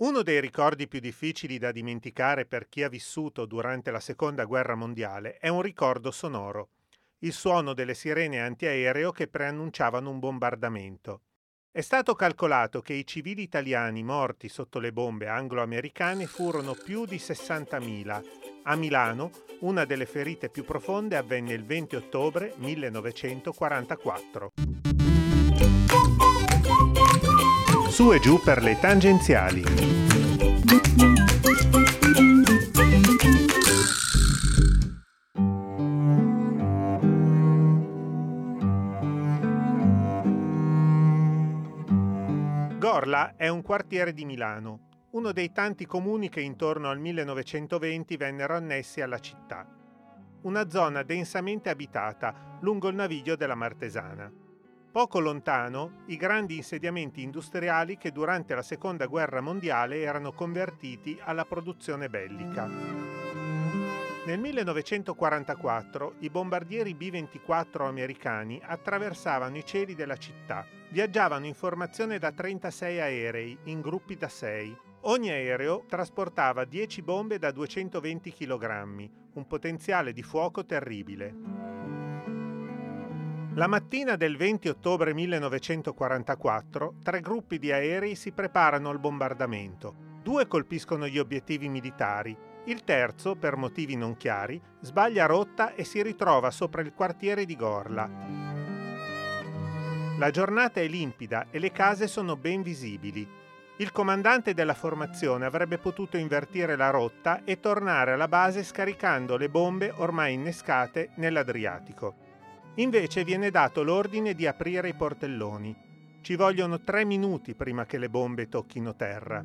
Uno dei ricordi più difficili da dimenticare per chi ha vissuto durante la Seconda Guerra Mondiale è un ricordo sonoro, il suono delle sirene antiaereo che preannunciavano un bombardamento. È stato calcolato che i civili italiani morti sotto le bombe anglo-americane furono più di 60.000. A Milano, una delle ferite più profonde avvenne il 20 ottobre 1944. Su e giù per le tangenziali. Gorla è un quartiere di Milano, uno dei tanti comuni che intorno al 1920 vennero annessi alla città. Una zona densamente abitata lungo il naviglio della Martesana. Poco lontano, i grandi insediamenti industriali che durante la Seconda Guerra Mondiale erano convertiti alla produzione bellica. Nel 1944 i bombardieri B-24 americani attraversavano i cieli della città. Viaggiavano in formazione da 36 aerei, in gruppi da 6. Ogni aereo trasportava 10 bombe da 220 kg, un potenziale di fuoco terribile. La mattina del 20 ottobre 1944, 3 gruppi di aerei si preparano al bombardamento. 2 colpiscono gli obiettivi militari. Il terzo, per motivi non chiari, sbaglia rotta e si ritrova sopra il quartiere di Gorla. La giornata è limpida e le case sono ben visibili. Il comandante della formazione avrebbe potuto invertire la rotta e tornare alla base scaricando le bombe ormai innescate nell'Adriatico. Invece viene dato l'ordine di aprire i portelloni. Ci vogliono 3 minuti prima che le bombe tocchino terra.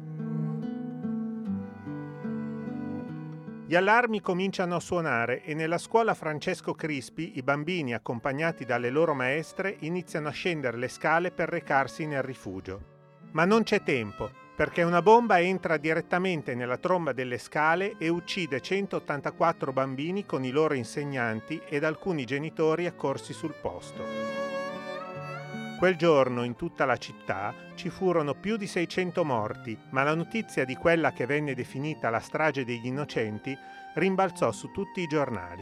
Gli allarmi cominciano a suonare e nella scuola Francesco Crispi i bambini, accompagnati dalle loro maestre, iniziano a scendere le scale per recarsi nel rifugio. Ma non c'è tempo, perché una bomba entra direttamente nella tromba delle scale e uccide 184 bambini con i loro insegnanti ed alcuni genitori accorsi sul posto. Quel giorno in tutta la città ci furono più di 600 morti, ma la notizia di quella che venne definita la strage degli innocenti rimbalzò su tutti i giornali.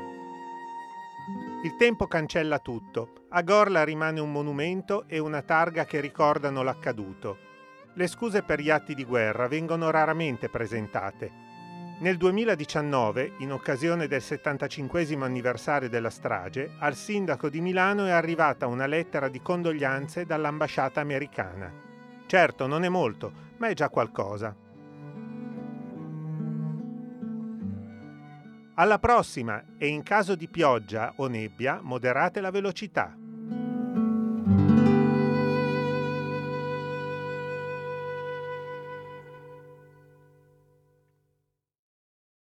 Il tempo cancella tutto. A Gorla rimane un monumento e una targa che ricordano l'accaduto. Le scuse per gli atti di guerra vengono raramente presentate. Nel 2019, in occasione del 75° anniversario della strage, al sindaco di Milano è arrivata una lettera di condoglianze dall'ambasciata americana. Certo, non è molto, ma è già qualcosa. Alla prossima e in caso di pioggia o nebbia, moderate la velocità.